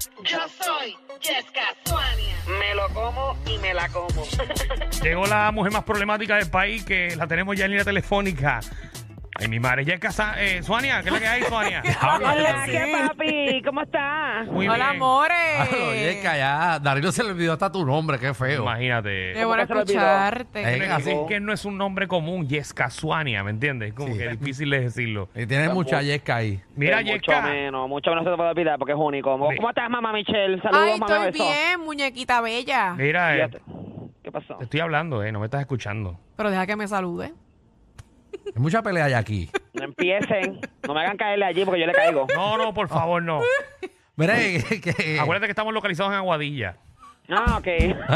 Yo soy Jessica Suania. Me lo como y me la como. Llegó la mujer más problemática del país, que la tenemos ya en línea telefónica. Ay, mi madre, ya es casa. Suania, ¿qué es la que hay, Suania? Hola, ¿qué papi? ¿Cómo estás? Muy Hola, bien. amores. Oye, que allá Darío se le olvidó hasta tu nombre, qué feo. Imagínate. Qué bueno ¿Cómo que se lo escucharte. Es así. que no es un nombre común, Yesca Suania, ¿me entiendes? Es como Sí. que difícil de decirlo. Y tienes mucha yesca ahí. Mira, Mucho Yesca. menos se te puede olvidar porque es único. Sí. ¿Cómo estás, mamá Michelle? Saludos, Ay, mamá. estoy beso. bien, muñequita bella. Mira, Fíjate. ¿Qué pasó? te estoy hablando, no me estás escuchando. Pero deja que me salude. Hay mucha pelea allá aquí. No empiecen. No me hagan caerle allí porque yo le caigo. No, por favor, no. Mira, que Acuérdate que estamos localizados en Aguadilla. Ah, ok.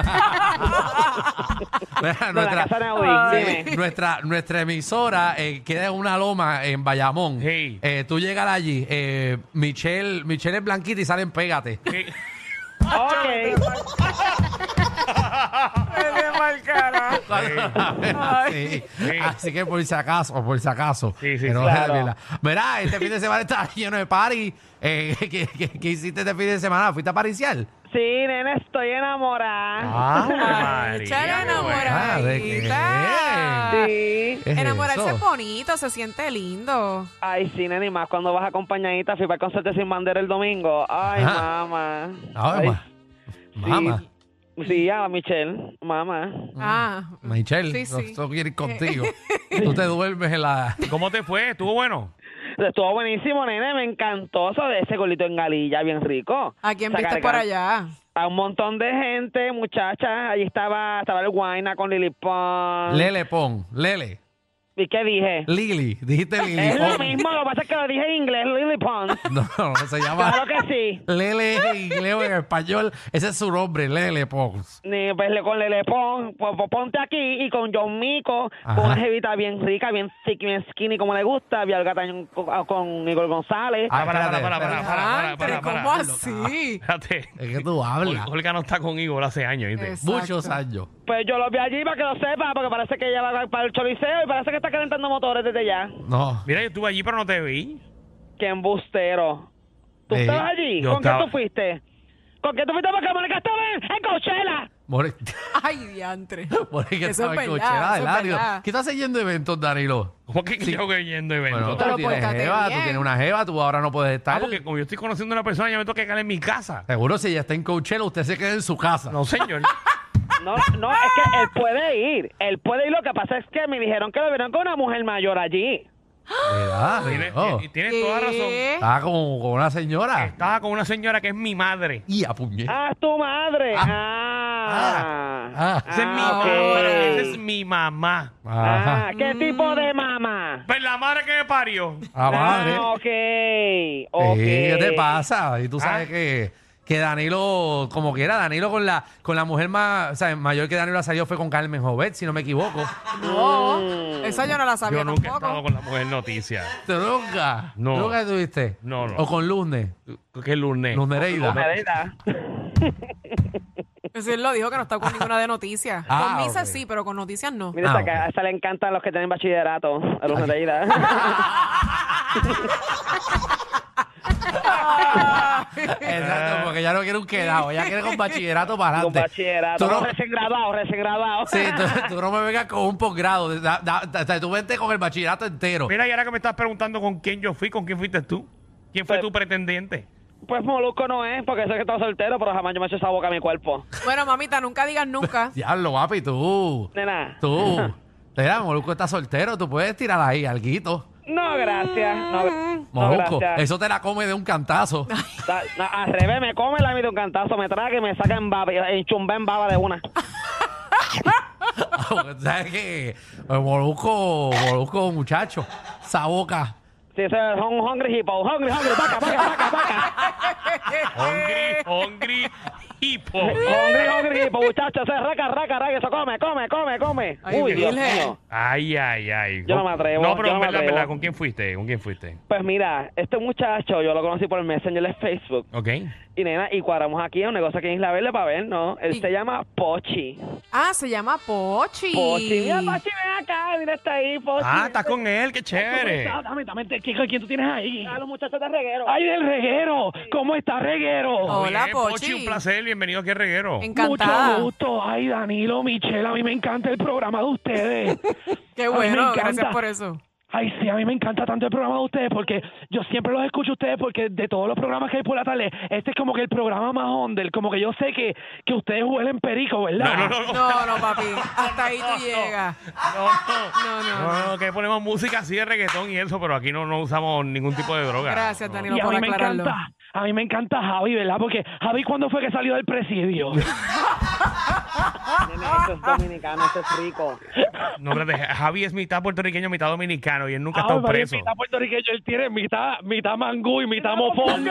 mira, No, la casa de Audi, dime. nuestra emisora queda en una loma en Bayamón. Sí. Tú llegas allí, Michelle es blanquita y salen pégate. ¿Qué? Ok. Sí. Sí. Así que por si acaso. Sí, que no claro. se olvida. Mira, este fin de semana está lleno de party. ¿Qué hiciste este fin de semana? ¿Fuiste a pariciar? Sí, nene, estoy enamorada. Ah, Échale Ah, ¿de qué? enamoradita. Sí. ¿Qué es Enamorarse eso? es bonito, se siente lindo. Ay, sí, nene, y más cuando vas acompañadita. Fui para el concierto de Sin Bandera el domingo. Ay, Ajá. mamá. Ay, mamá. Sí, a Michelle, mamá. Ah, Michelle, Sí, sí. no quiero ir contigo. Tú te duermes en la... ¿Cómo te fue? ¿Estuvo bueno? Estuvo buenísimo, nene, me encantó eso de ese golito en Galilla, bien rico. ¿a quién O sea, viste cargar por allá? A un montón de gente, muchachas. Allí estaba el Guayna con Lily Pons. Lele Lele. ¿Y qué dije? Lili, dijiste Lili. Es lo Pons. mismo, lo que pasa es que lo dije en inglés, Lily Pons. No, se llama... Claro que sí. Lele en inglés o en español. Ese es su nombre, Lele Pons. Ni, pues, con Lele Pons, pues, ponte aquí y con John Mico, Ajá. con una jevita bien rica, bien thick, bien skinny como le gusta, Vial Gatañón con Nicole González. Ah, para. Diantre, ¿cómo así? Espérate. Es que tú hablas. Olga no está con Igor hace años, ¿viste? Exacto. Muchos años. Pues yo lo vi allí para que lo sepa, porque parece que ella va para el choliseo y parece que está calentando motores desde ya. No. Mira, yo estuve allí, pero no te vi. ¡Qué embustero! ¿Tú Sí, estabas allí? yo ¿Con estaba. qué tú fuiste? ¿Con qué tú fuiste? Porque Mónica estaba en Coachella. Ay, diantre. Por ahí que Eso estaba es en verdad, cochera de eso es Lario. verdad. ¿Qué estás haciendo eventos, Danilo? ¿Cómo que yo que yendo a Bueno, eventos? Pero tú tienes pórtate jeva, tú bien. tienes una jeva, tú ahora no puedes estar. Porque como yo estoy conociendo a una persona, ya me toca quedar en mi casa. Seguro si ella está en Coachella, usted se queda en su casa. No, señor. No, es que él puede ir. Él puede ir. Lo que pasa es que me dijeron que lo vieron con una mujer mayor allí. ¿Verdad? Tienes toda razón. ¿Qué? Estaba con una señora. Estaba con una señora que es mi madre. Y a puñet. Ah, es tu madre. Esa es mi ok. mamá. Esa es mi mamá. Ajá. ¿Qué tipo de mamá? Pues la madre que me parió. La madre. Ok. ¿Qué te pasa? Y tú sabes Ah. que Danilo, como quiera, Danilo con la mujer más, o sea, mayor que Danilo ha salido fue con Carmen Jovet, si no me equivoco. No, esa yo no la sabía Yo nunca he tampoco. estado con la mujer noticia. ¿Tú nunca? No. ¿Nunca estuviste? No. ¿O con Luzne? ¿Qué lunes? Luz Nereida. Pues él lo dijo que no está con ninguna de noticias. Ah, Con misas ok. sí, pero con noticias no. Mira, Ah, esta que a esta le encantan los que tienen bachillerato. A los Nereida. Exacto, porque ya no quiere un quedado, ella quiere con bachillerato para Con adelante. bachillerato. Tú no- Recién graduado. Sí, tú no me vengas con un posgrado. Tú vente con el bachillerato entero. Mira, y ahora que me estás preguntando con quién yo fui, ¿con quién fuiste tú? ¿Quién fue Pues- tu pretendiente? Pues Molusco no es, porque sé que está soltero, pero jamás yo me echo esa boca a mi cuerpo. Bueno, mamita, nunca digas nunca. Diablo, papi, tú. Nena. Tú. Mira, Molusco está soltero, tú puedes tirar ahí, alguito. No, gracias. No, Molusco, gracias. eso te la come de un cantazo. Al revés, me come la vida un cantazo, me traga y me saca en baba, en chumba en baba de una. Porque tú ¿sabes qué? Molusco, muchacho, esa boca. Sí, ese es un hungry hippo, hungry, vaca. Hungry hipo. Hungry hipo, muchachos. Eso es raca. Eso come. Ay, Uy, Dios Virgen. mío. Ay. Yo no me atrevo, No, pero yo no me atrevo. verdad, ¿con quién fuiste? Pues mira, este muchacho yo lo conocí por el Messenger de Facebook. Ok. Y nena, y cuadramos aquí a un negocio aquí en Isla Verde para ver, ¿no? Él Y- se llama Pochi. Ah, se llama Pochi. Pochi, mira, Pochi, ven acá, mira, está ahí, Pochi. Ah, estás con él, qué chévere. Dame, ¿quién tú tienes ahí? A los muchachos de reguero. ¡Ay, del reguero! ¿Cómo está, reguero? Hola, Bien, Pochi. un placer, bienvenido aquí a Reguero. Encantada. Mucho gusto. Ay, Danilo, Michelle, a mí me encanta el programa de ustedes. Qué A mí me bueno, encanta. gracias por eso. Ay, sí, a mí me encanta tanto el programa de ustedes porque yo siempre los escucho a ustedes porque de todos los programas que hay por la tarde, este es como que el programa más under, como que yo sé que ustedes huelen perico, ¿verdad? No. No, papi. Hasta ahí tú llegas. No. Que ponemos música así de reggaetón y eso, pero aquí no usamos ningún tipo de droga. Gracias, No. Danilo, Y a por mí me aclararlo. encanta. A mí me encanta Javi, ¿verdad? Porque Javi, ¿cuándo fue que salió del presidio? Nene, esto es dominicano, esto es rico. No, espérate, Javi es mitad puertorriqueño, mitad dominicano y él nunca ha Ay, estado María, preso. mitad puertorriqueño, él tiene mitad mangú y mitad mofongo.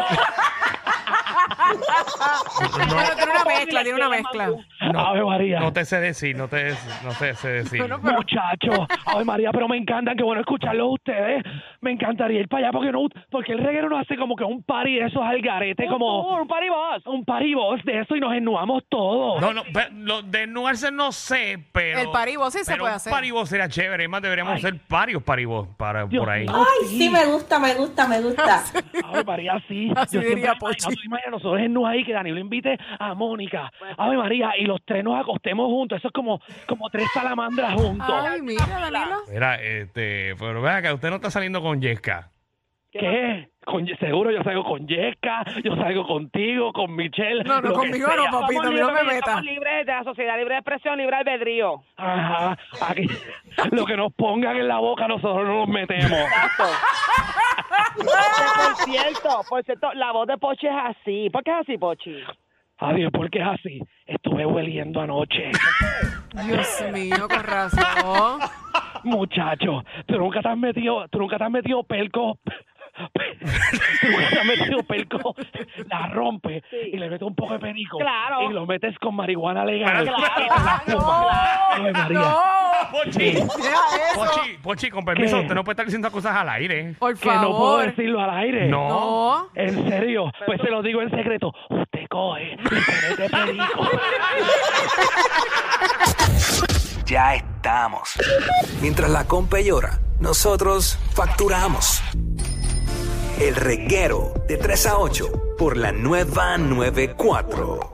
Bueno, tiene una mezcla. Ave María. No te sé decir, no te sé decir. Bueno, pero- Muchacho, Ave María, pero me encantan, qué bueno escucharlos ustedes. Me encantaría ir para allá porque el reguero nos hace como que un party de esos al garete, como Un paribos. un party boss de eso y nos ennuamos todos. No, lo de desnudarse no sé, pero... El paribos sí se pero puede un hacer. paribos sería chévere. Es más, deberíamos hacer varios paribos Dios por ahí. mío. Ay, sí, me gusta. Ave María, sí. Así Yo siempre diría me Pochi. imagino, tú imaginas, nosotros en ahí que Danilo invite a Mónica. Ave María, y los tres nos acostemos juntos. Eso es como tres salamandras juntos. Ay, mira, Danilo. Mira, pero vea que usted no está saliendo con Yesca. ¿Qué? Seguro yo salgo con Yesca, yo salgo contigo, con Michelle. No, lo que conmigo sea. no, papito, a mí no me meta. Somos libres de la sociedad, libre de expresión, libre albedrío. Ajá, aquí, lo que nos pongan en la boca nosotros no nos metemos. Exacto. Por cierto, la voz de Pochi es así. ¿Por qué es así, Pochi? Adiós, porque es así. Estuve hueliendo anoche. Dios mío, con razón. Muchacho, tú nunca te has metido pelco. Tú nunca te has metido pelco, la rompe y le metes un poco de perico. Claro. Y lo metes con marihuana legal. Claro. Y te la fumas. Ay, María. No, Pochi, deja eso. Pochi, con permiso, ¿Qué? usted no puede estar diciendo cosas al aire. Por Que no puedo favor. decirlo al aire. No. No. ¿En serio? Pues se lo digo en secreto. Usted coge y se mete perico. Ya estamos. Mientras la compa llora, nosotros facturamos. El reguero de 3 a 8 por la nueva 94.